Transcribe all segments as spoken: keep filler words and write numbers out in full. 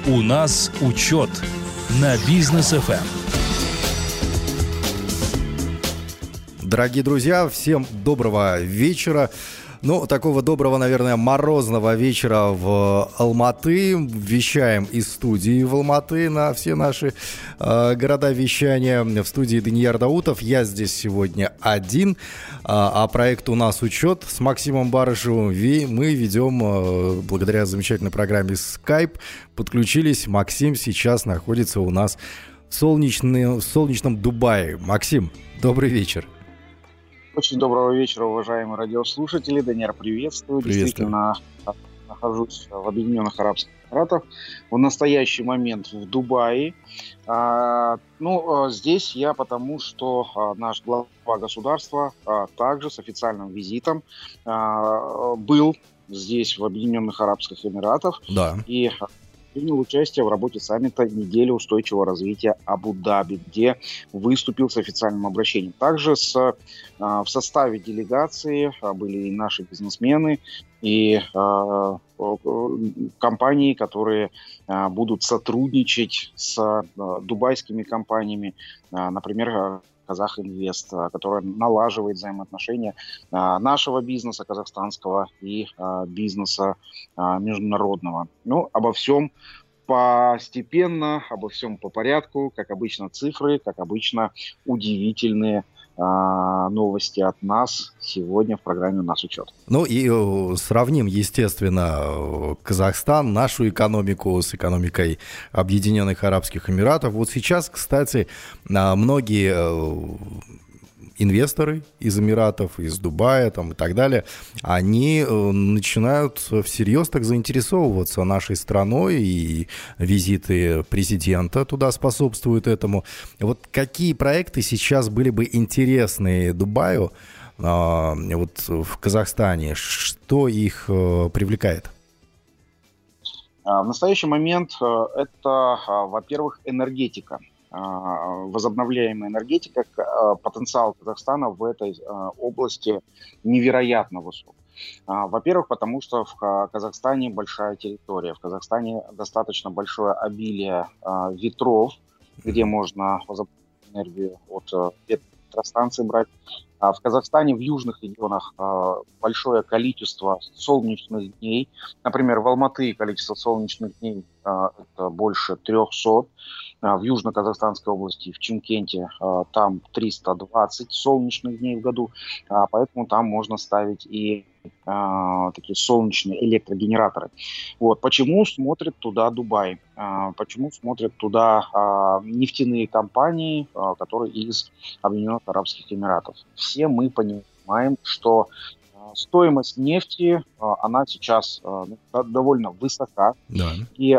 У нас учет на Бизнес эф эм. Дорогие друзья, всем доброго вечера. Ну, такого доброго, наверное, морозного вечера в Алматы. Вещаем из студии в Алматы на все наши э, города вещания. В студии Данияр Даутов. Я здесь сегодня один. А, а проект «У нас учет» с Максимом Барышевым мы ведем э, благодаря замечательной программе Skype. Подключились. Максим сейчас находится у нас в, солнечный, в солнечном Дубае. Максим, добрый вечер. Очень доброго вечера, уважаемые радиослушатели. Данияр, приветствую. Приветствую. Действительно, нахожусь в Объединенных Арабских Эмиратах. В настоящий момент в Дубае. А, ну, здесь я потому, что а, наш глава государства а, также с официальным визитом а, был здесь, в Объединенных Арабских Эмиратах. Да. И принял участие в работе саммита «Недели устойчивого развития Абу-Даби», где выступил с официальным обращением. Также с, в составе делегации были и наши бизнесмены, и э, компании, которые э, будут сотрудничать с э, дубайскими компаниями, э, например, Казах Инвест, которая налаживает взаимоотношения а, нашего бизнеса казахстанского и а, бизнеса а, международного. Ну, обо всем постепенно, обо всем по порядку, как обычно цифры, как обычно удивительные а, новости от нас сегодня в программе «У нас учет». Ну и э, сравним, естественно, Казахстан, нашу экономику с экономикой Объединенных Арабских Эмиратов. Вот сейчас, кстати, многие э, инвесторы из Эмиратов, из Дубая там, и так далее, они э, начинают всерьез так заинтересовываться нашей страной, и визиты президента туда способствуют этому. Вот какие проекты сейчас были бы интересны Дубаю э, вот в Казахстане? Что их э, привлекает? В настоящий момент это, во-первых, энергетика. Возобновляемая энергетика, потенциал Казахстана в этой области невероятно высок. Во-первых, потому что в Казахстане большая территория, в Казахстане достаточно большое обилие ветров, где можно возобновить энергию от электростанций брать. В Казахстане в южных регионах большое количество солнечных дней. Например, в Алматы количество солнечных дней это больше трехсот. В Южно-Казахстанской области, в Чимкенте, там триста двадцать солнечных дней в году. Поэтому там можно ставить и такие солнечные электрогенераторы. Вот. Почему смотрит туда Дубай? Почему смотрят туда нефтяные компании, которые из Объединенных Арабских Эмиратов? Все мы понимаем, что стоимость нефти, она сейчас довольно высока. Да. И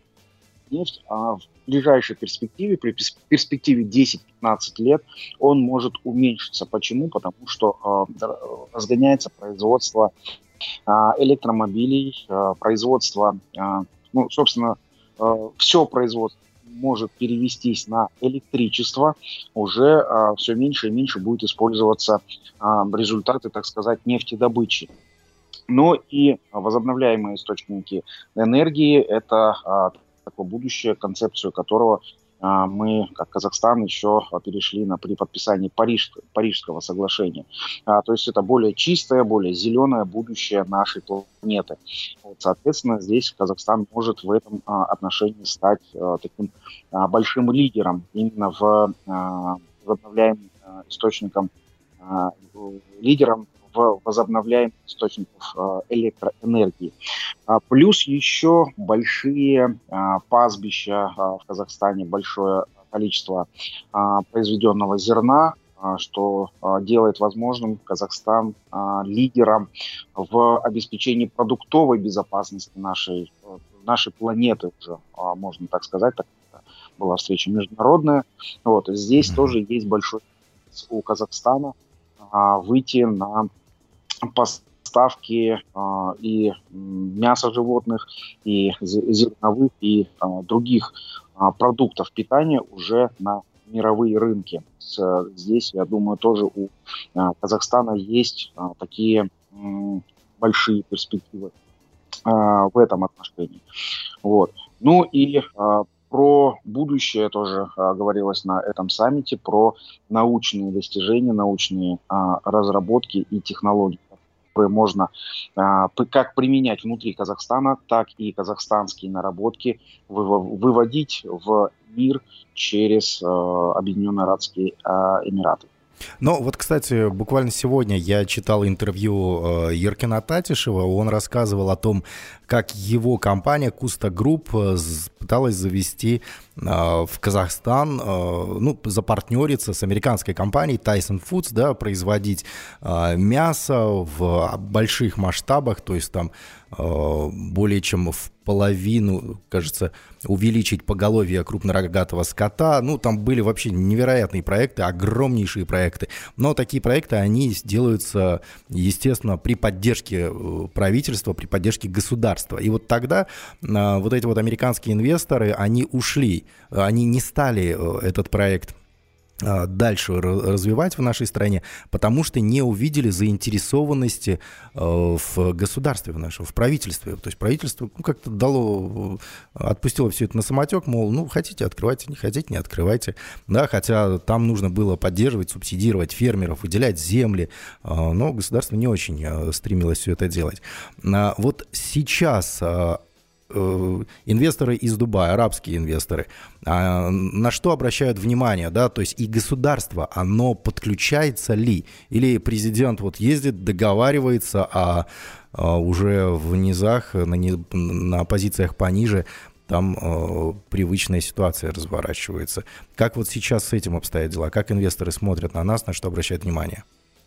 нефть в ближайшей перспективе, при перспективе десять-пятнадцать лет, он может уменьшиться. Почему? Потому что разгоняется производство электромобилей, производство, ну, собственно, все производство может перевестись на электричество, уже а, все меньше и меньше будет использоваться а, результаты, так сказать, нефтедобычи. Но и возобновляемые источники энергии – это а, такое будущее, концепцию которого а, мы, как Казахстан, еще перешли на, при подписании Париж, Парижского соглашения. А, то есть это более чистое, более зеленое будущее нашей планеты. Вот, соответственно, здесь Казахстан может в этом а, отношении стать а, таким а, большим лидером именно в а, возобновляемым а, источником, а, лидером в возобновляемых источниках а, электроэнергии. А, плюс еще большие а, пастбища а, в Казахстане, большое количество а, произведенного зерна, а, что а, делает возможным Казахстан а, лидером в обеспечении продуктовой безопасности нашей, нашей планеты уже, а, можно так сказать, так была встреча международная. Вот, здесь mm-hmm. тоже есть большой шанс у Казахстана а, выйти на поставки а, и мяса животных, и зерновых, и а, других а, продуктов питания уже на мировые рынки. С, здесь, я думаю, тоже у а, Казахстана есть а, такие м, большие перспективы а, в этом отношении. Вот. Ну и а, про будущее тоже а, говорилось на этом саммите, про научные достижения, научные а, разработки и технологии, которые можно а, п- как применять внутри Казахстана, так и казахстанские наработки выво- выводить в мир через а, Объединенные Арабские а, Эмираты. Ну, вот, кстати, буквально сегодня я читал интервью э, Еркина Татишева. Он рассказывал о том, как его компания Куста Групп э, з- пыталась завести э, в Казахстан, э, ну, запартнериться с американской компанией Tyson Foods, да, производить э, мясо в больших масштабах, то есть там э, более чем в половину, кажется, увеличить поголовье крупнорогатого скота. Ну, там были вообще невероятные проекты, огромнейшие проекты. Но такие проекты, они делаются, естественно, при поддержке правительства, при поддержке государства. И вот тогда а, вот эти вот американские инвесторы, они ушли, они не стали этот проект дальше развивать в нашей стране, потому что не увидели заинтересованности в государстве в нашем, в правительстве. То есть правительство ну, как-то дало, отпустило все это на самотек, мол, ну, хотите, открывайте, не хотите, не открывайте. Да, хотя там нужно было поддерживать, субсидировать фермеров, выделять земли, но государство не очень стремилось все это делать. Вот сейчас инвесторы из Дубая, арабские инвесторы, на что обращают внимание, да, то есть и государство, оно подключается ли, или президент вот ездит, договаривается, а, а уже в низах, на, не, на позициях пониже, там э, привычная ситуация разворачивается. Как вот сейчас с этим обстоят дела? Как инвесторы смотрят на нас, на что обращают внимание?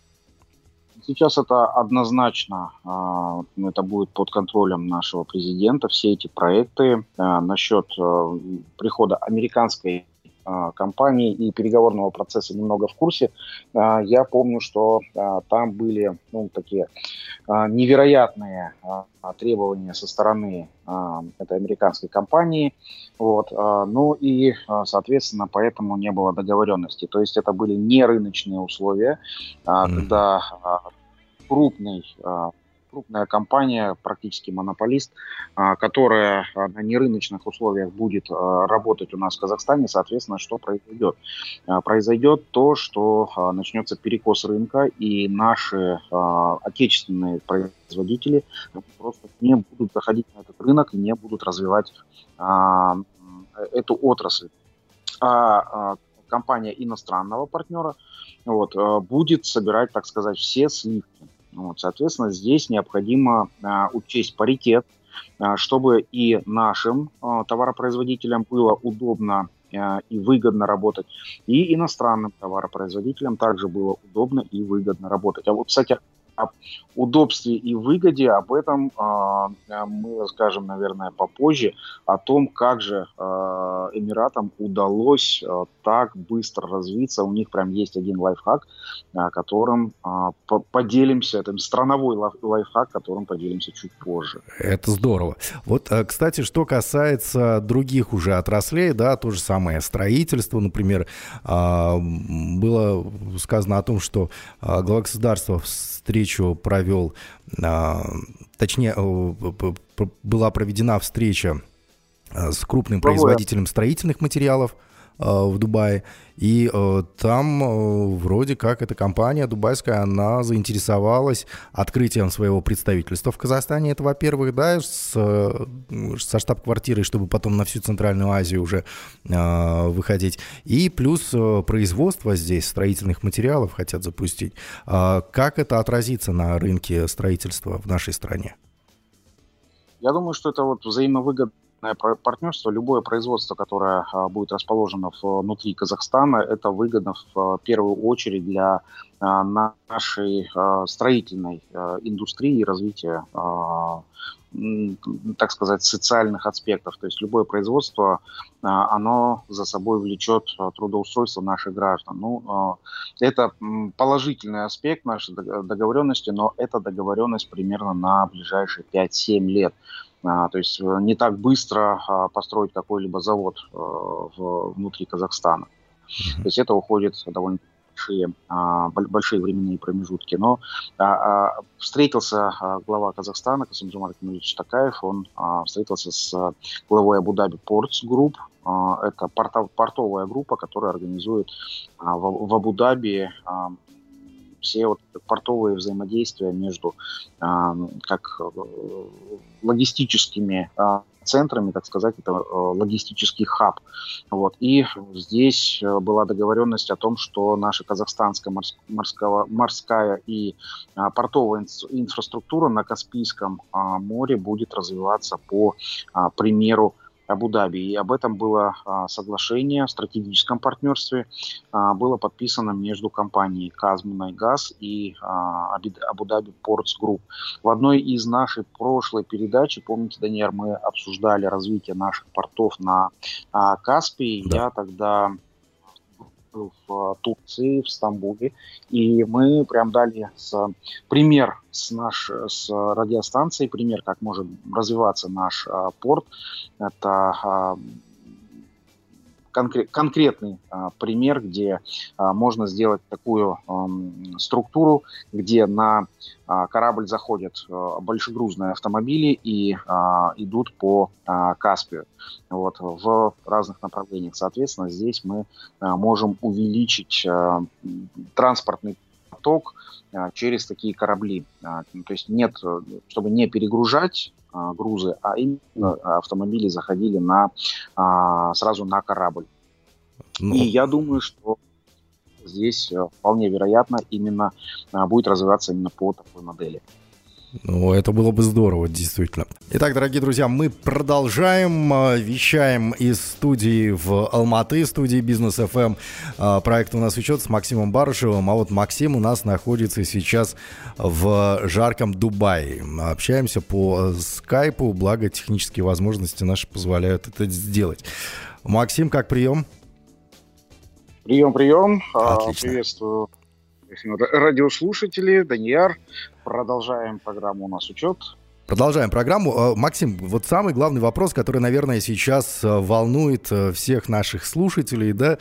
Сейчас это однозначно, это будет под контролем нашего президента, все эти проекты. Насчет прихода американской компании и переговорного процесса немного в курсе. Я помню, что там были ну, такие невероятные требования со стороны этой американской компании. Вот. Ну и, соответственно, поэтому не было договоренности. То есть это были не рыночные условия, mm-hmm. когда крупный крупная компания, практически монополист, которая на нерыночных условиях будет работать у нас в Казахстане, соответственно, что произойдет? Произойдет то, что начнется перекос рынка, и наши отечественные производители просто не будут заходить на этот рынок и не будут развивать эту отрасль. А компания иностранного партнера вот, будет собирать, так сказать, все сливки. Вот, соответственно, здесь необходимо а, учесть паритет, а, чтобы и нашим а, товаропроизводителям было удобно а, и выгодно работать, и иностранным товаропроизводителям также было удобно и выгодно работать. А вот, кстати, об удобстве и выгоде, об этом а, мы расскажем, наверное, попозже, о том, как же а, Эмиратам удалось а, так быстро развиться. У них прям есть один лайфхак, а, которым а, по- поделимся, это страновой лайфхак, которым поделимся чуть позже. Это здорово. Вот, кстати, что касается других уже отраслей, да, то же самое строительство, например, было сказано о том, что глава государства встречу провел, точнее, была проведена встреча с крупным производителем строительных материалов в Дубае, и э, там э, вроде как эта компания дубайская, она заинтересовалась открытием своего представительства в Казахстане, это во-первых, да, с, со штаб-квартирой, чтобы потом на всю Центральную Азию уже э, выходить, и плюс э, производство здесь строительных материалов хотят запустить. Э, как это отразится на рынке строительства в нашей стране? Я думаю, что это вот взаимовыгодно партнерство, любое производство, которое а, будет расположено внутри Казахстана, это выгодно в первую очередь для а, нашей а, строительной а, индустрии и развития, а, так сказать, социальных аспектов. То есть любое производство, а, оно за собой влечет трудоустройство наших граждан. Ну, а, это положительный аспект нашей договоренности, но это договоренность примерно на ближайшие пять-семь лет. А, то есть не так быстро а, построить какой-либо завод а, в, внутри Казахстана. Mm-hmm. То есть это уходит довольно большие, большие временные промежутки. Но встретился глава Казахстана Касым-Жомарт Кемелевич Токаев, он встретился с главой Абу-Даби Ports Group. Это портовая группа, которая организует в Абу-Даби все вот портовые взаимодействия между как логистическими центрами, так сказать, это логистический хаб. Вот. И здесь была договоренность о том, что наша казахстанская морская, морская и портовая инфраструктура на Каспийском море будет развиваться по примеру Абу-Даби. И об этом было а, соглашение в стратегическом партнерстве, а, было подписано между компанией «Казмунайгаз» и а, Абу-Даби Ports Group. В одной из нашей прошлой передачи, помните, Даниэль, мы обсуждали развитие наших портов на а, Каспии. Да. Я тогда был в Турции, в Стамбуле, и мы прям дали с, пример с, наш, с радиостанцией, пример, как может развиваться наш а, порт. Это а, конкрет, конкретный а, пример, где а, можно сделать такую а, структуру, где на а, корабль заходят а, большегрузные автомобили и а, идут по а, Каспию, вот, в разных направлениях. Соответственно, здесь мы а, можем увеличить а, транспортный поток а, через такие корабли. А, то есть нет, чтобы не перегружать а, грузы, а именно автомобили заходили на, а, сразу на корабль. Ну... И я думаю, что здесь вполне вероятно именно а, будет развиваться именно по такой модели. Ну, это было бы здорово, действительно. Итак, дорогие друзья, мы продолжаем. Вещаем из студии в Алматы, студии Бизнес эф эм. Проект у нас учет с Максимом Барышевым. А вот Максим у нас находится сейчас в жарком Дубае. Общаемся по скайпу, благо технические возможности наши позволяют это сделать. Максим, как прием? Прием, прием. Отлично. Приветствую радиослушатели, Данияр. Продолжаем программу «У нас учет». Продолжаем программу. Максим, вот самый главный вопрос, который, наверное, сейчас волнует всех наших слушателей, да,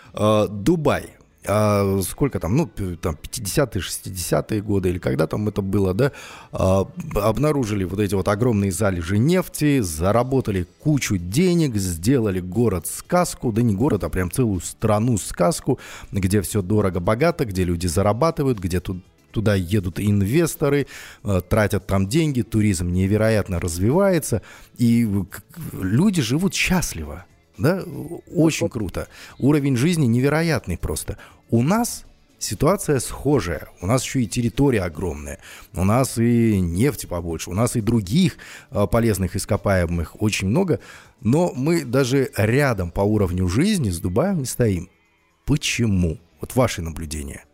Дубай. А сколько там, ну, там, пятидесятые, шестидесятые годы, или когда там это было, да, а, обнаружили вот эти вот огромные залежи нефти, заработали кучу денег, сделали город-сказку, да не город, а прям целую страну-сказку, где все дорого-богато, где люди зарабатывают, где тут туда едут инвесторы, тратят там деньги, туризм невероятно развивается, и люди живут счастливо. Да, очень круто. Уровень жизни невероятный просто. У нас ситуация схожая. У нас еще и территория огромная. У нас и нефти побольше. У нас и других полезных ископаемых очень много. Но мы даже рядом по уровню жизни с Дубаем не стоим. Почему? Вот ваши наблюдения.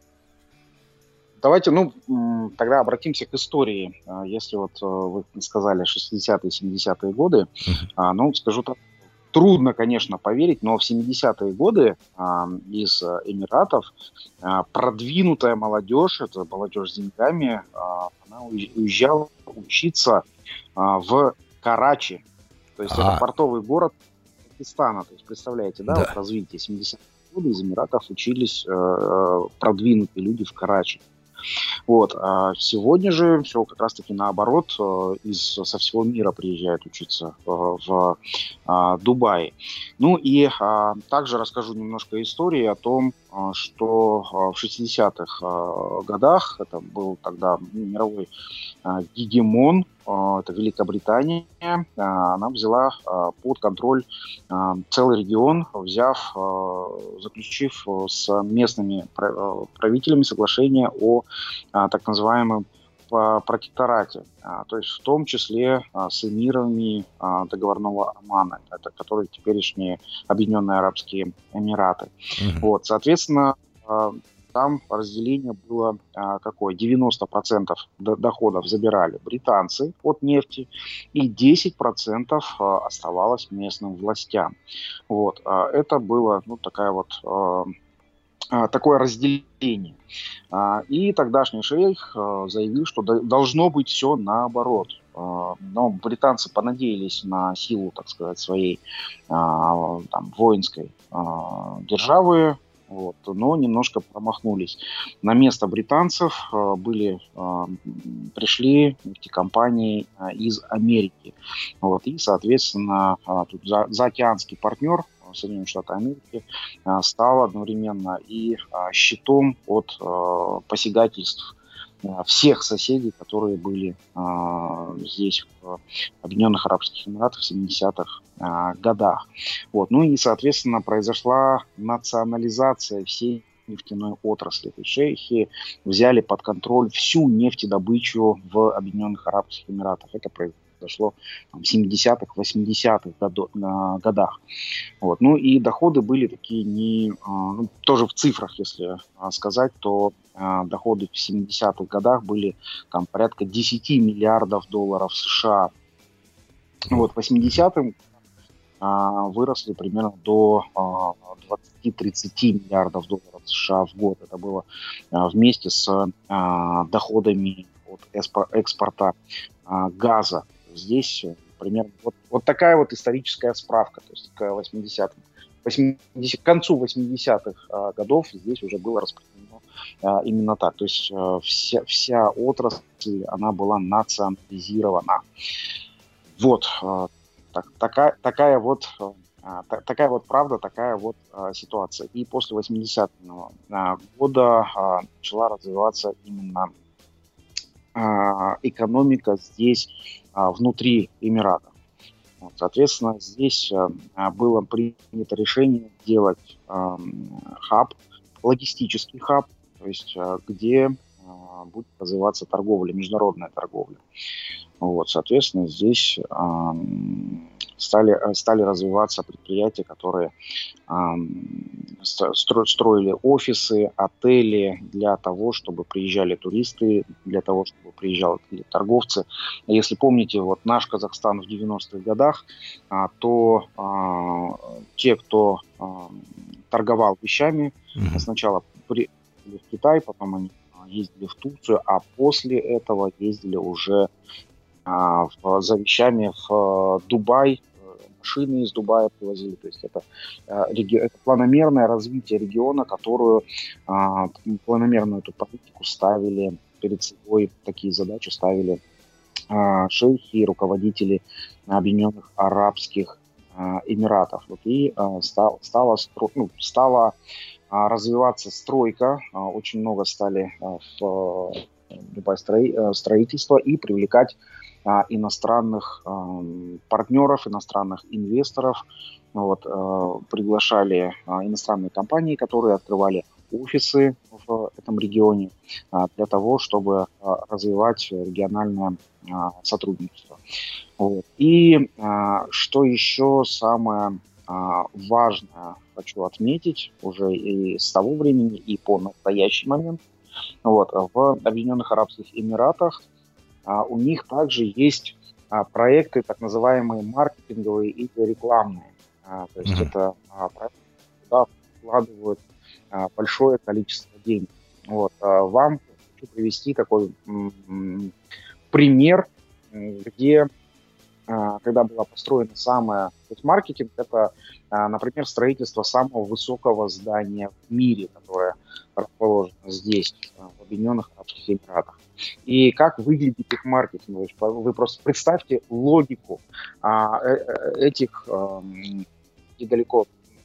Давайте, ну, тогда обратимся к истории. Если вот вы сказали шестидесятые, семидесятые годы, uh-huh. ну, скажу так, трудно, конечно, поверить, но в семидесятые годы а, из Эмиратов а, продвинутая молодежь, это молодежь с деньгами, а, она уезжала учиться а, в Карачи. То есть А-а-а. Это портовый город Пакистана. То есть, представляете, да, да. Вот развитие семидесятых годов из Эмиратов учились а, продвинутые люди в Карачи. Вот. А сегодня же все как раз-таки наоборот, из, со всего мира приезжают учиться в, в а, Дубае. Ну и а, также расскажу немножко истории о том, а, что в шестидесятых а, годах, это был тогда мировой а, гегемон, а, это Великобритания, а, она взяла а, под контроль а, целый регион, взяв, а, заключив с местными правителями соглашение о а, так называемом протекторате, а, то есть в том числе а, с эмирами а, договорного Омана, это которые теперешние Объединенные Арабские Эмираты. Mm-hmm. Вот, соответственно, а, там разделение было а, какое? девяносто процентов доходов забирали британцы от нефти, и десять процентов а, оставалось местным властям. Вот, а, это было, ну, такая вот а, такое разделение. И тогдашний шейх заявил, что должно быть все наоборот. Но британцы понадеялись на силу, так сказать, своей там, воинской державы вот, но немножко промахнулись. На место британцев э, были, э, пришли нефтекомпании э, из Америки. Вот, и, соответственно, э, тут за, заокеанский партнер Соединенных Штатов Америки э, стал одновременно и э, щитом от э, посягательств всех соседей, которые были э, здесь, в Объединенных Арабских Эмиратах в семидесятых э, годах. Вот. Ну и, соответственно, произошла национализация всей нефтяной отрасли. То есть шейхи взяли под контроль всю нефтедобычу в Объединенных Арабских Эмиратах. Это произошло в семидесятых, восьмидесятых годах. Вот. Ну и доходы были такие не... Ну, тоже в цифрах, если сказать, то доходы в семидесятых годах были там порядка десять миллиардов долларов США. Вот, в восьмидесятых выросли примерно до двадцать-тридцать миллиардов долларов США в год. Это было вместе с доходами от экспорта газа. Здесь примерно вот, вот такая вот историческая справка. То есть к восьмидесятым, восьмидесятым, к концу восьмидесятых годов здесь уже было распределено а, именно так. То есть а, вся, вся отрасль, она была национализирована. Вот а, так, такая, такая вот а, та, такая вот правда, такая вот а, ситуация. И после восьмидесятого а, года а, начала развиваться именно а, экономика здесь а, внутри Эмиратов. Вот, соответственно, здесь а, было принято решение сделать а, хаб, логистический хаб, то есть а, где а, будет развиваться торговля, международная торговля. Вот, соответственно, здесь а, стали, стали развиваться предприятия, которые а, стро, строили офисы, отели для того, чтобы приезжали туристы, для того, чтобы приезжали торговцы. Если помните, вот наш Казахстан в девяностых годах, а, то а, те, кто а, торговал вещами, mm-hmm. сначала приехали в Китай, потом они ездили в Турцию, а после этого ездили уже а, в, за вещами в Дубай, машины из Дубая привозили. То есть это, это планомерное развитие региона, которую а, планомерную эту политику ставили перед собой, такие задачи ставили а, шейхи и руководители Объединенных Арабских а, Эмиратов. Вот и а, стал, стала, стро, ну, стала а, развиваться стройка, а, очень много стали а, в Дубае стро, строительства и привлекать а, иностранных а, партнеров, иностранных инвесторов. Вот, а, приглашали а, иностранные компании, которые открывали офисы в этом регионе а, для того, чтобы а, развивать региональное а, сотрудничество. Вот. И а, что еще самое а, важное хочу отметить уже и с того времени, и по настоящий момент. Вот, в Объединенных Арабских Эмиратах а, у них также есть а, проекты, так называемые маркетинговые и рекламные. А, то есть mm-hmm. это а, проекты, куда вкладывают а, большое количество денег. Вот, а, вам хочу привести такой м- пример, где, а, когда была построена самая... То есть маркетинг – это, а, например, строительство самого высокого здания в мире, которое расположено здесь, в Объединенных Арабских Эмиратах. И как выглядит их маркетинг? Вы просто представьте логику а, этих а, недалеко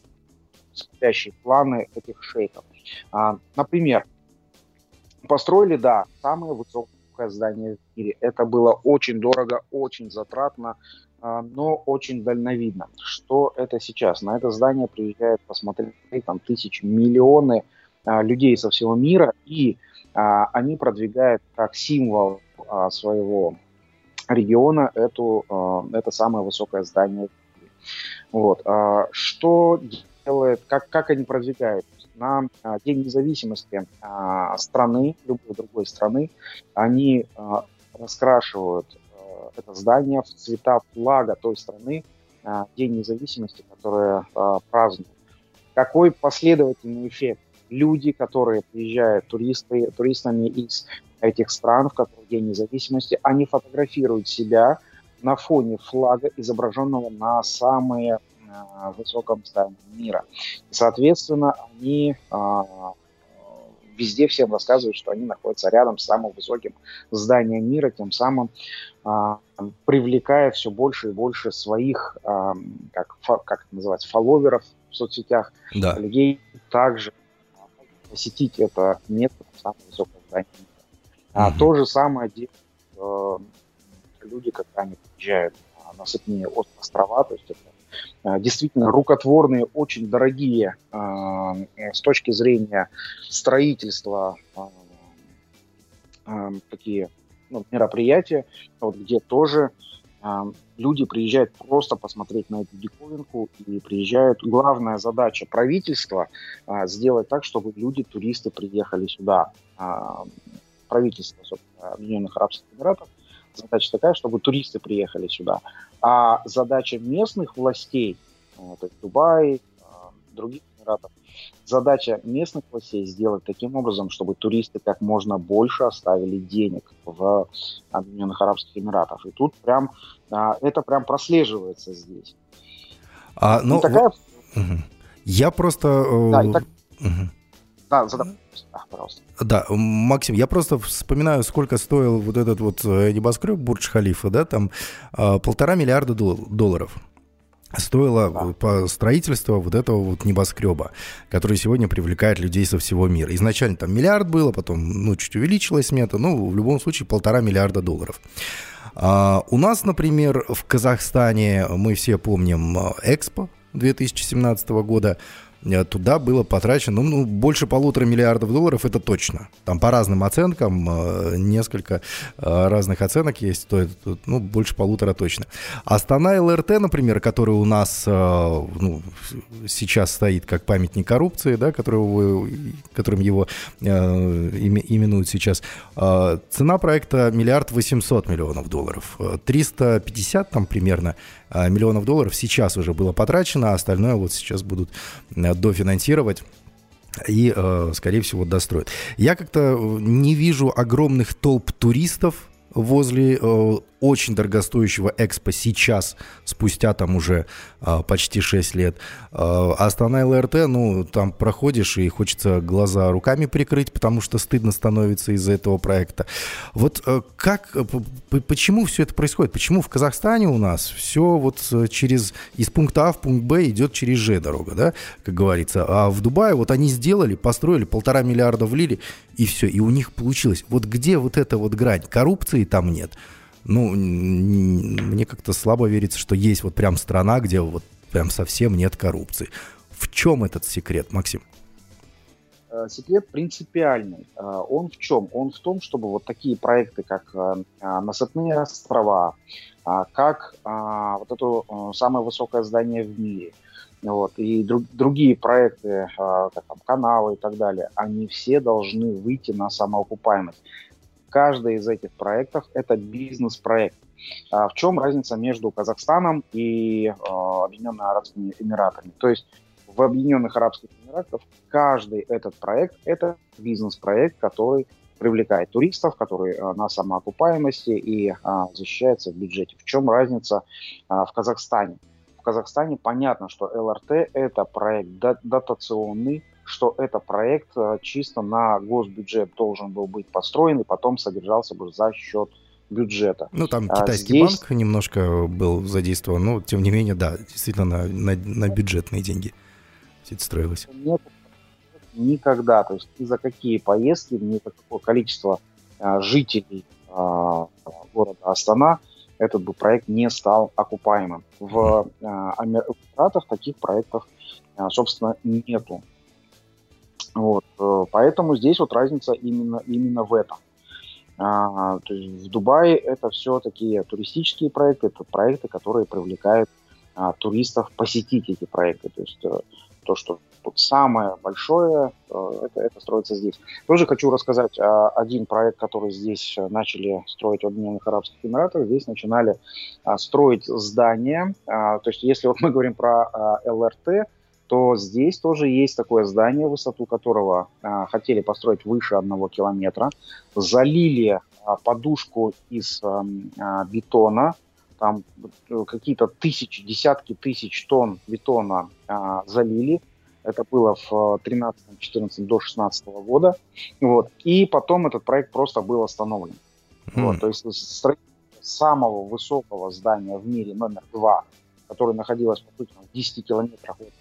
смотрящие планы этих шейхов. А, например, построили, да, самое высокое здание в мире. Это было очень дорого, очень затратно, а, но очень дальновидно. Что это сейчас? На это здание приезжают посмотреть там тысячи, миллионы людей со всего мира, и а, они продвигают как символ а, своего региона эту, а, это самое высокое здание. Вот. А, что делает, как, как они продвигают? На а, День независимости а, страны, любой другой страны, они а, раскрашивают а, это здание в цвета флага той страны, а, День независимости, которая а, празднует. Какой последовательный эффект? Люди, которые приезжают, туристы, туристами из этих стран, в которых День независимости, они фотографируют себя на фоне флага, изображенного на самые высоком здании мира. И, соответственно, они везде всем рассказывают, что они находятся рядом с самым высоким зданием мира, тем самым привлекая все больше и больше своих, как, как это называется, фолловеров в соцсетях, да. людей также посетить это место, самое высокое здание мира. А mm-hmm. то же самое делают э, люди, когда они приезжают на насыпные острова, то есть это э, действительно рукотворные, очень дорогие э, с точки зрения строительства э, э, такие ну, мероприятия, вот, где тоже э, люди приезжают просто посмотреть на эту диковинку и приезжают. Главная задача правительства э, сделать так, чтобы люди, туристы приехали сюда. Э, правительство, собственно, Объединенных Арабских Эмиратов. Задача такая, чтобы туристы приехали сюда. А задача местных властей, то есть Дубай, других Эмиратов, задача местных властей сделать таким образом, чтобы туристы как можно больше оставили денег в Объединенных Арабских Эмиратах. И тут прям, это прям прослеживается здесь. А, ну, такая... вот, я просто... Да, и так... угу. Да, задай. Да, пожалуйста. Да, Максим, я просто вспоминаю, сколько стоил вот этот вот небоскреб Бурдж-Халифа, да, там а, полтора миллиарда дол- долларов стоило да. по строительству вот этого вот небоскреба, который сегодня привлекает людей со всего мира. Изначально там миллиард было, потом, ну, чуть увеличилась смета, ну, в любом случае полтора миллиарда долларов. А, у нас, например, в Казахстане, мы все помним Экспо две тысячи семнадцатого года, туда было потрачено ну, больше полутора миллиардов долларов, это точно. Там по разным оценкам, несколько разных оценок есть, стоит ну, больше полутора точно. Астана эл эр тэ, например, который у нас ну, сейчас стоит как памятник коррупции, да, которого, которым его именуют сейчас, цена проекта миллиард восемьсот миллионов долларов. триста пятьдесят там примерно миллионов долларов сейчас уже было потрачено, а остальное вот сейчас будут дофинансировать и, скорее всего, достроят. Я как-то не вижу огромных толп туристов возле э, очень дорогостоящего Экспо сейчас, спустя там уже э, почти шесть лет. Э, Астана эл эр тэ, ну, там проходишь и хочется глаза руками прикрыть, потому что стыдно становится из-за этого проекта. Вот э, как, э, почему все это происходит? Почему в Казахстане у нас все вот через, из пункта А в пункт Б идет через Ж дорога, да, как говорится, а в Дубае вот они сделали, построили, полтора миллиарда влили, и все, и у них получилось. Вот где вот эта вот грань? Коррупции там нет. Ну, мне как-то слабо верится, что есть вот прям страна, где вот прям совсем нет коррупции. В чем этот секрет, Максим? Секрет принципиальный. Он в чем? Он в том, чтобы вот такие проекты, как насыпные острова, как вот это самое высокое здание в мире, вот, и друг, другие проекты, как там, каналы и так далее, они все должны выйти на самоокупаемость. Каждый из этих проектов – это бизнес-проект. А в чем разница между Казахстаном и э, Объединенными Арабскими Эмиратами? То есть в Объединенных Арабских Эмиратах каждый этот проект – это бизнес-проект, который привлекает туристов, который э, на самоокупаемости и э, защищается в бюджете. В чем разница э, в Казахстане? В Казахстане понятно, что эл эр тэ – это проект дотационный, что это проект чисто на госбюджет должен был быть построен и потом содержался бы за счет бюджета. Ну, там китайский Здесь... банк немножко был задействован, но, тем не менее, да, действительно, на, на, на бюджетные деньги все это строилось. Нет, никогда. То есть ни за какие поездки, ни за какое количество а, жителей а, города Астана этот бы проект не стал окупаемым. В а, Эмиратах таких проектов, а, собственно, нету. Вот, поэтому здесь вот разница именно, именно в этом. А, то есть в Дубае это все такие туристические проекты, это проекты, которые привлекают а, туристов посетить эти проекты. То есть а, то, что вот самое большое, а, это, это строится здесь. Тоже хочу рассказать а, один проект, который здесь начали строить в Объединенных Арабских Эмиратах. Здесь начинали а, строить здания. А, то есть если вот мы говорим про а, эл эр тэ, то здесь тоже есть такое здание, высоту которого а, хотели построить выше одного километра. Залили а, подушку из а, бетона, там какие-то тысячи, десятки тысяч тонн бетона а, залили. Это было в тринадцатом-четырнадцатом до шестнадцатого года. Вот. И потом этот проект просто был остановлен. Mm. Вот. То есть строительство самого высокого здания в мире номер два, которое находилось по сути в десяти километрах от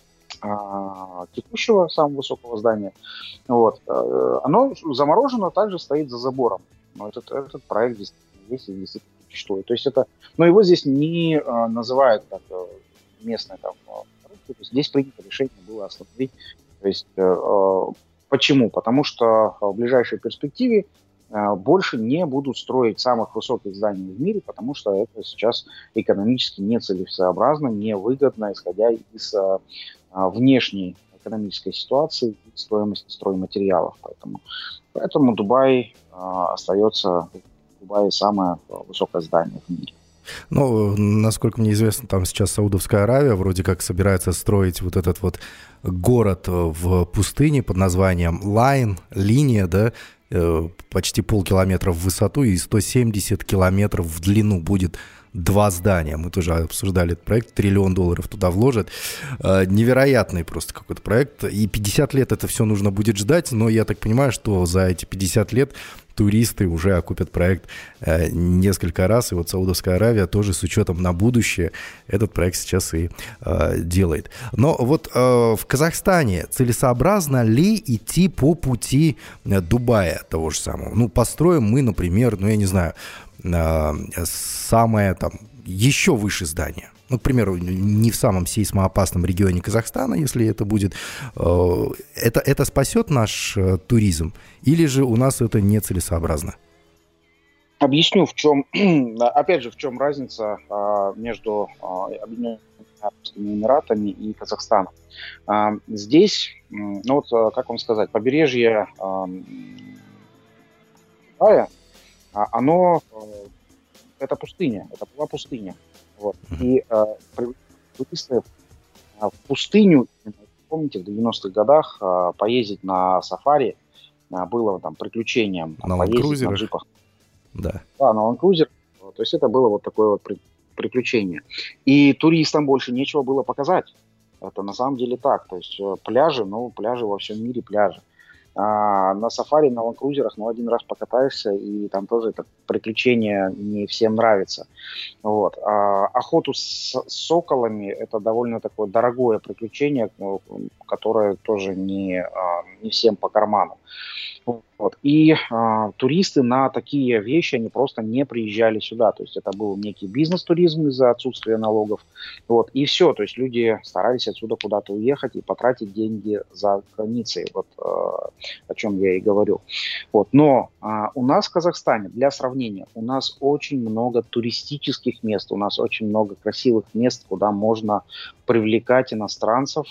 а, текущего самого высокого здания, вот, а, оно заморожено, также стоит за забором. Но этот, этот проект действительно есть и действительно существует. То есть это, но его здесь не а, называют как местное там. То есть здесь принято решение было остановить. То есть э, почему? Потому что в ближайшей перспективе э, больше не будут строить самых высоких зданий в мире, потому что это сейчас экономически нецелесообразно, невыгодно, исходя из э, внешней экономической ситуации и стоимости стройматериалов. Поэтому, поэтому Дубай э, остается Дубай самое высокое здание в мире. Ну, насколько мне известно, там сейчас Саудовская Аравия вроде как собирается строить вот этот вот город в пустыне под названием Лайн, линия, да, почти полкилометра в высоту и сто семьдесят километров в длину будет два здания. Мы тоже обсуждали этот проект, триллион долларов туда вложат. Невероятный просто какой-то проект. И пятьдесят лет это все нужно будет ждать, но я так понимаю, что за эти пятьдесят лет туристы уже окупят проект э, несколько раз. И вот Саудовская Аравия тоже с учетом на будущее этот проект сейчас и э, делает. Но вот э, в Казахстане целесообразно ли идти по пути Дубая того же самого? Ну, построим мы, например, ну, я не знаю, э, самое там еще выше здание. Ну, к примеру, не в самом сейсмоопасном регионе Казахстана, если это будет, это, это спасет наш туризм, или же у нас это нецелесообразно? Объясню, в чем, опять же, в чем разница между Объединенными Арабскими Эмиратами и Казахстаном. Здесь, ну вот, как вам сказать, побережье Дубая, оно, это пустыня, это была пустыня. Вот. И э, туристы в пустыню, помните, в девяностых годах э, поездить на сафари э, было там приключением. На поездить на джипах. Да. Да, на ландкрузер. То есть это было вот такое вот при, приключение. И туристам больше нечего было показать. Это на самом деле так. То есть э, пляжи, ну, пляжи во всем мире пляжи. А на сафари, на ландкрузерах, ну, один раз покатаешься, и там тоже это приключение не всем нравится. Вот. А охоту с соколами – это довольно такое дорогое приключение, которое тоже не, не всем по карману. Вот. И а, туристы на такие вещи, они просто не приезжали сюда. То есть это был некий бизнес-туризм из-за отсутствия налогов. Вот. И все. То есть люди старались отсюда куда-то уехать и потратить деньги за границей. Вот а, о чем я и говорю. Вот. Но а, у нас в Казахстане, для сравнения, у нас очень много туристических мест, у нас очень много красивых мест, куда можно привлекать иностранцев,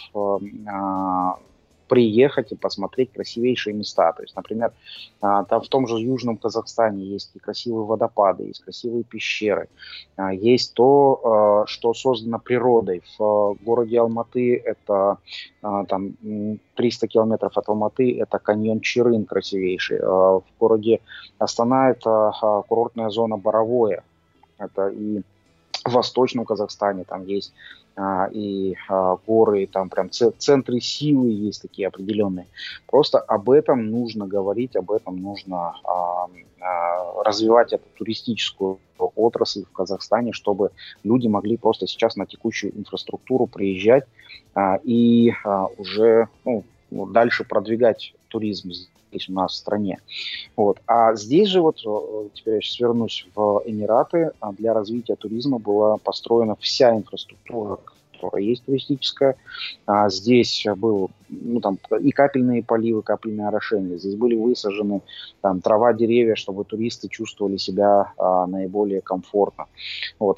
а, приехать и посмотреть красивейшие места. То есть, например, там в том же Южном Казахстане есть и красивые водопады, есть красивые пещеры, есть то, что создано природой. В городе Алматы, это там триста километров от Алматы, это каньон Чирын красивейший. В городе Астана это курортная зона Боровое. Это и в Восточном Казахстане там есть а, и а, горы, там прям центры силы есть такие определенные. Просто об этом нужно говорить, об этом нужно а, а, развивать эту туристическую отрасль в Казахстане, чтобы люди могли просто сейчас на текущую инфраструктуру приезжать а, и а, уже ну, дальше продвигать туризм здесь у нас в стране. Вот. А здесь же, вот теперь я сейчас вернусь в Эмираты, для развития туризма была построена вся инфраструктура, которая есть туристическая. А здесь был ну, там, и капельные поливы, капельные орошения. Здесь были высажены там, трава, деревья, чтобы туристы чувствовали себя а, наиболее комфортно. Вот.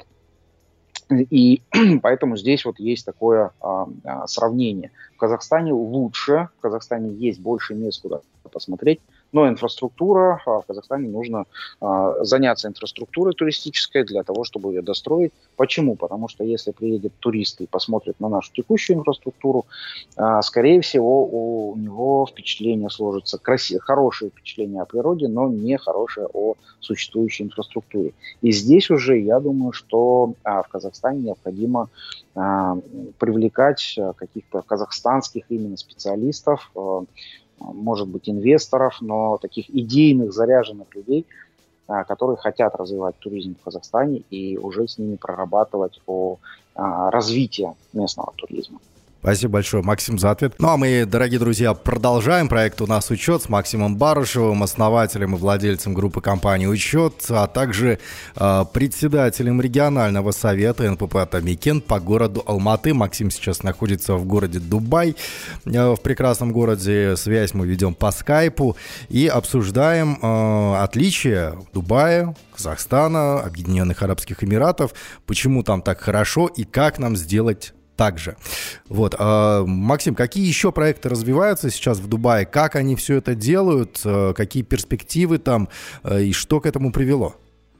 И поэтому здесь вот есть такое а, а, сравнение. В Казахстане лучше, в Казахстане есть больше мест, куда посмотреть, Но инфраструктура, в Казахстане нужно заняться инфраструктурой туристической для того, чтобы ее достроить. Почему? Потому что если приедет турист и посмотрит на нашу текущую инфраструктуру, скорее всего, у него впечатление сложится, красивое, хорошее впечатление о природе, но не хорошее о существующей инфраструктуре. И здесь уже, я думаю, что в Казахстане необходимо привлекать каких-то казахстанских именно специалистов, может быть, инвесторов, но таких идейных, заряженных людей, которые хотят развивать туризм в Казахстане и уже с ними прорабатывать о развитии местного туризма. Спасибо большое, Максим, за ответ. Ну а мы, дорогие друзья, продолжаем. Проект «У нас учет» с Максимом Барышевым, основателем и владельцем группы компании «Учет», а также э, председателем регионального совета эн пэ пэ «Атамекен» по городу Алматы. Максим сейчас находится в городе Дубай, э, в прекрасном городе. Связь мы ведем по скайпу и обсуждаем э, отличия Дубая, Казахстана, Объединенных Арабских Эмиратов, почему там так хорошо и как нам сделать также. Вот. Максим, какие еще проекты развиваются сейчас в Дубае? Как они все это делают? Какие перспективы там? И что к этому привело?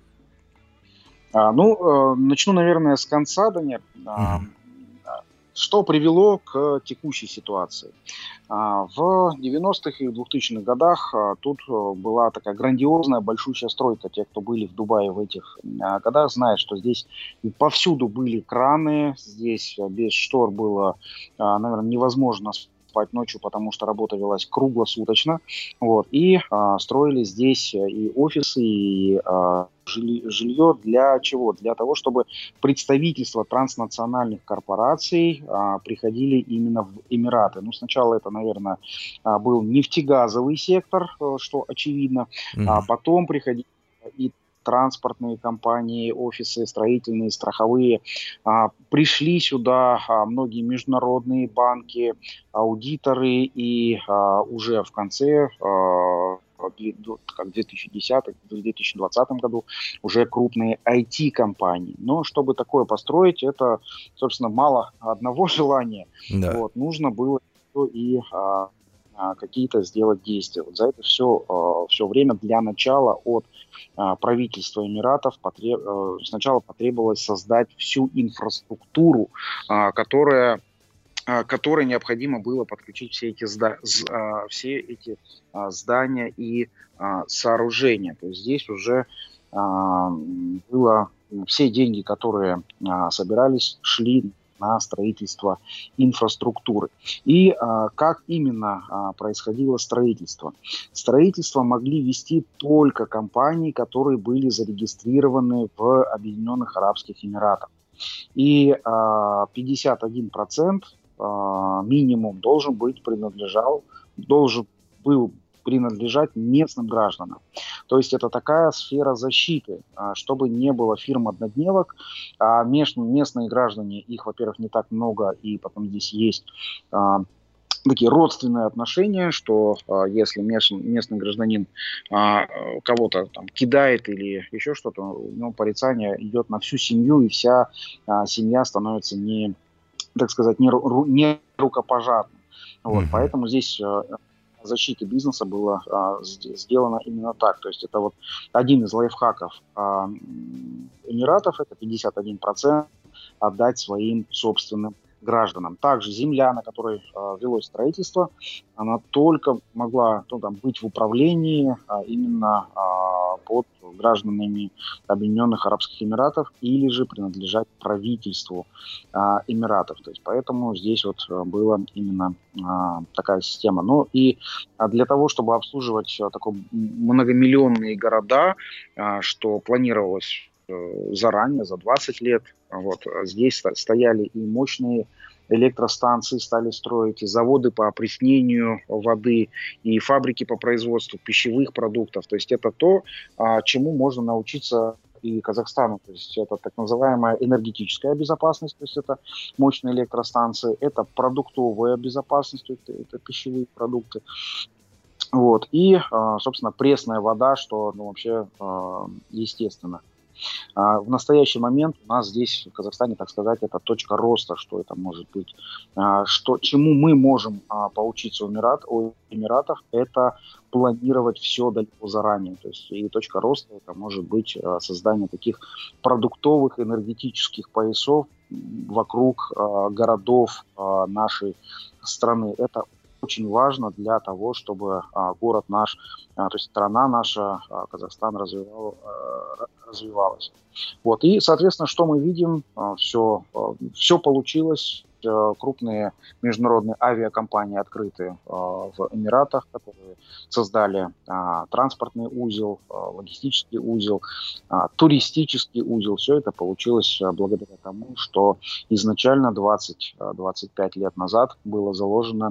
А, ну, начну, наверное, с конца, Даня. Mm-hmm. Что привело к текущей ситуации? В девяностых и двухтысячных годах тут была такая грандиозная, большущая стройка. Те, кто были в Дубае в этих годах, знают, что здесь повсюду были краны, здесь без штор было, наверное, невозможно спать ночью, потому что работа велась круглосуточно. Вот. И а, строили здесь и офисы, и а, жилье для чего? Для того, чтобы представительства транснациональных корпораций а, приходили именно в Эмираты. Ну, сначала это, наверное, а, был нефтегазовый сектор, что очевидно, mm-hmm. а потом приходили и транспортные компании, офисы строительные, страховые. А, пришли сюда а, многие международные банки, аудиторы и а, уже в конце, а, как в две тысячи десятом - две тысячи двадцатом году, уже крупные ай ти-компании. Но чтобы такое построить, это, собственно, мало одного желания. Да. Вот, нужно было и а, какие-то сделать действия. Вот за это все, а, все время для начала от правительства Эмиратов потреб... сначала потребовалось создать всю инфраструктуру, которая, которой необходимо было подключить все эти, зда... все эти здания и сооружения. То есть здесь уже было все деньги, которые собирались, шли на строительство инфраструктуры. И а, как именно а, происходило строительство? Строительство могли вести только компании, которые были зарегистрированы в Объединенных Арабских Эмиратах. И а, пятьдесят один процент а, минимум должен быть принадлежал, должен был принадлежать местным гражданам. То есть это такая сфера защиты, чтобы не было фирм-однодневок. А местные граждане, их, во-первых, не так много, и потом здесь есть а, такие родственные отношения, что а, если местный, местный гражданин а, кого-то там кидает или еще что-то, у него порицание идет на всю семью, и вся а, семья становится не, так сказать, не, ру, не рукопожатной. Вот, mm-hmm. Поэтому здесь защите бизнеса было а, сделано именно так. То есть это вот один из лайфхаков а, Эмиратов, это пятьдесят один процент отдать своим собственным гражданам. Также земля, на которой а, велось строительство, она только могла ну, там, быть в управлении а, именно а, под гражданами Объединенных Арабских Эмиратов или же принадлежать правительству а, Эмиратов. То есть поэтому здесь вот была именно а, такая система. Ну и для того, чтобы обслуживать а, такой многомиллионные города, а, что планировалось заранее, за двадцать лет. Вот. Здесь стояли и мощные электростанции стали строить, и заводы по опреснению воды, и фабрики по производству пищевых продуктов. То есть это то, чему можно научиться и Казахстану. То есть это так называемая энергетическая безопасность, то есть это мощные электростанции, это продуктовая безопасность, это, это пищевые продукты. Вот. И, собственно, пресная вода, что ну, вообще естественно. А, в настоящий момент у нас здесь в Казахстане, так сказать, это точка роста, что это может быть. А, что, чему мы можем а, поучиться у, Эмират, у Эмиратов, это планировать все далеко заранее. То есть и точка роста это может быть а, создание таких продуктовых энергетических поясов вокруг а, городов а, нашей страны. Это очень важно для того, чтобы а, город наш, а, то есть страна наша, а, Казахстан развивал, а, развивалась. Вот. И, соответственно, что мы видим? А, все, а, все получилось. А, крупные международные авиакомпании открыты а, в Эмиратах, которые создали а, транспортный узел, а, логистический узел, а, туристический узел. Все это получилось а, благодаря тому, что изначально двадцать-двадцать пять лет назад было заложено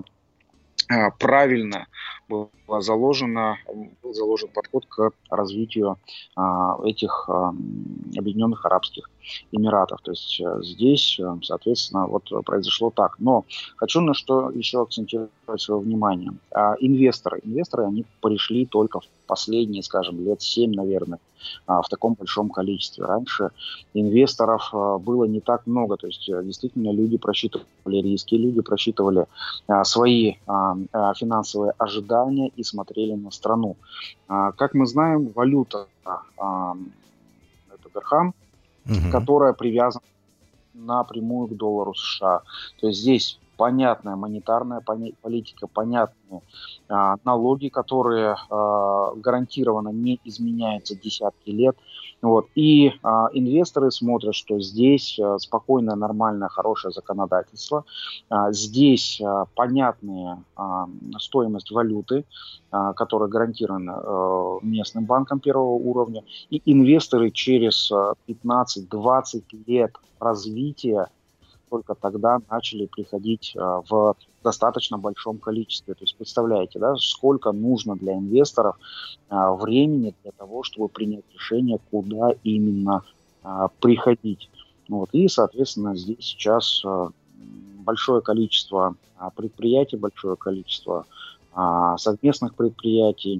правильно было заложено, был заложен подход к развитию а, этих а, Объединенных Арабских Эмиратов. То есть а, здесь, а, соответственно, вот произошло так. Но хочу на что еще акцентировать свое внимание. А, инвесторы. Инвесторы, они пришли только в последние, скажем, лет семь, наверное, а, в таком большом количестве. Раньше инвесторов а, было не так много. То есть действительно люди просчитывали риски, люди просчитывали а, свои а, а, финансовые ожидания и смотрели на страну. А, как мы знаем, валюта а, это дирхам, угу. которая привязана напрямую к доллару США. То есть здесь понятная монетарная политика, понятные а, налоги, которые а, гарантированно не изменяются десятки лет. Вот. И а, инвесторы смотрят, что здесь а, спокойное, нормальное, хорошее законодательство. А, здесь а, понятная а, стоимость валюты, а, которая гарантирована а, местным банком первого уровня. И инвесторы через пятнадцать-двадцать лет развития только тогда начали приходить а, в достаточно большом количестве. То есть представляете, да, сколько нужно для инвесторов а, времени для того, чтобы принять решение, куда именно а, приходить. Вот. И, соответственно, здесь сейчас а, большое количество а, предприятий, большое количество а, совместных предприятий,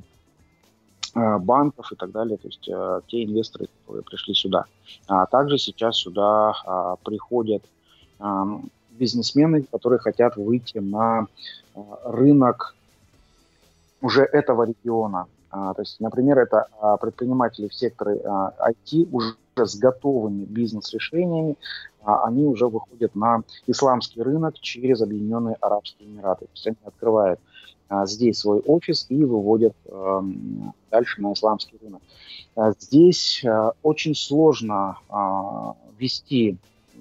а, банков и так далее. То есть а, те инвесторы, которые пришли сюда. А также сейчас сюда а, приходят бизнесмены, которые хотят выйти на рынок уже этого региона. То есть, например, это предприниматели в секторе ай ти уже с готовыми бизнес-решениями, они уже выходят на исламский рынок через Объединенные Арабские Эмираты. То есть они открывают здесь свой офис и выводят дальше на исламский рынок. Здесь очень сложно вести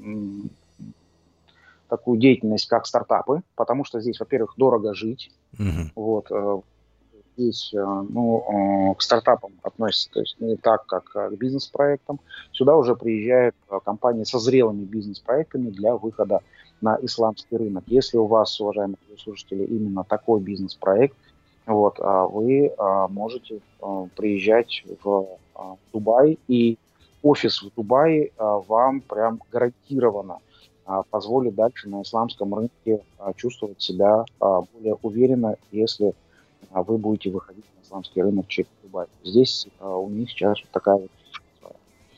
такую деятельность, как стартапы, потому что здесь, во-первых, дорого жить. Uh-huh. Вот, здесь ну, к стартапам относятся, то есть не так, как к бизнес-проектам. Сюда уже приезжают компании со зрелыми бизнес-проектами для выхода на исламский рынок. Если у вас, уважаемые слушатели, именно такой бизнес-проект, вот, вы можете приезжать в Дубай, и офис в Дубае вам прям гарантированно позволит дальше на исламском рынке чувствовать себя более уверенно, если вы будете выходить на исламский рынок через Дубай. Здесь у них сейчас вот такая вот фишка.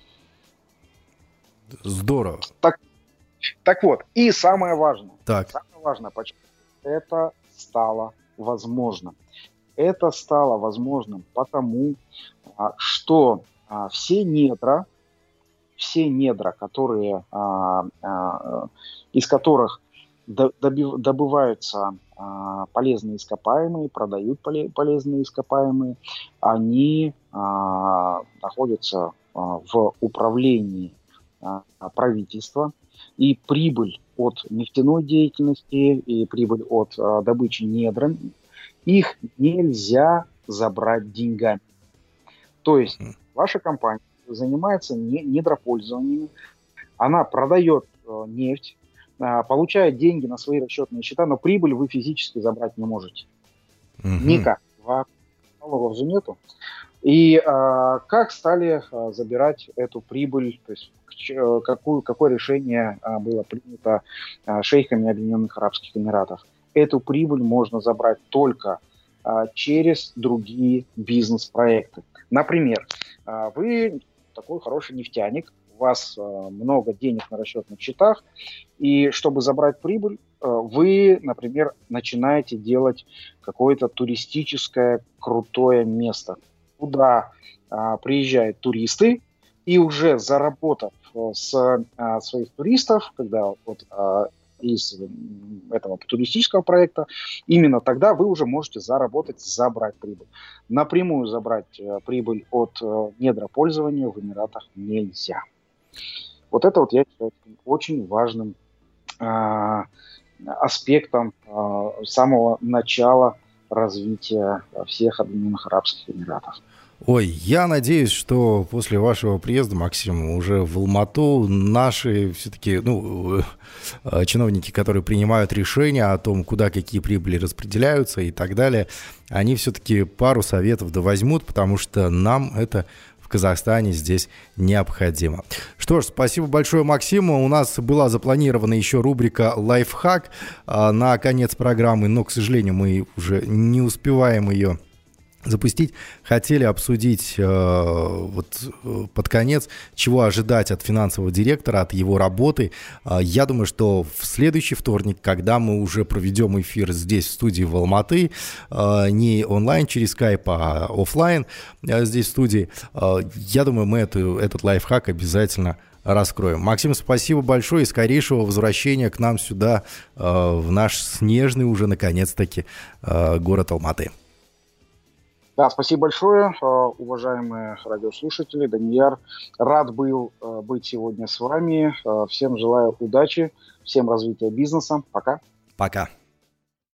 Здорово. Так, так вот, и самое важное, так. самое важное, почему это стало возможным. Это стало возможным потому, что все недра, все недра, которые, а, а, из которых добив, добываются а, полезные ископаемые, продают поле, полезные ископаемые, они а, находятся а, в управлении а, правительства, и прибыль от нефтяной деятельности, и прибыль от а, добычи недр, их нельзя забрать деньгами. То есть ваша компания занимается недропользованием, она продает э, нефть, э, получает деньги на свои расчетные счета, но прибыль вы физически забрать не можете. Uh-huh. Никак. Налогов же нету. И э, как стали э, забирать эту прибыль, то есть э, какую, какое решение э, было принято э, шейхами Объединенных Арабских Эмиратов? Эту прибыль можно забрать только э, через другие бизнес-проекты. Например, э, вы такой хороший нефтяник, у вас много денег на расчетных счетах, и чтобы забрать прибыль, вы, например, начинаете делать какое-то туристическое крутое место, куда приезжают туристы, и уже заработав с своих туристов, когда вот из этого туристического проекта, именно тогда вы уже можете заработать, забрать прибыль. Напрямую забрать прибыль от недропользования в Эмиратах нельзя. Вот это вот я считаю очень важным э, аспектом э, самого начала развития всех Объединенных Арабских Эмиратов. Ой, я надеюсь, что после вашего приезда, Максим, уже в Алмату наши все-таки, ну, чиновники, которые принимают решения о том, куда какие прибыли распределяются и так далее, они все-таки пару советов да возьмут, потому что нам это в Казахстане здесь необходимо. Что ж, спасибо большое, Максиму. У нас была запланирована еще рубрика «Лайфхак» на конец программы, но, к сожалению, мы уже не успеваем ее запустить. Хотели обсудить э, вот под конец, чего ожидать от финансового директора, от его работы. Э, я думаю, что в следующий вторник, когда мы уже проведем эфир здесь, в студии в Алматы, э, не онлайн через скайп, а офлайн э, здесь в студии, э, я думаю, мы эту, этот лайфхак обязательно раскроем. Максим, спасибо большое и скорейшего возвращения к нам сюда, э, в наш снежный уже, наконец-таки, э, город Алматы. Да, спасибо большое, уважаемые радиослушатели. Данияр, рад был быть сегодня с вами. Всем желаю удачи, всем развития бизнеса. Пока. Пока.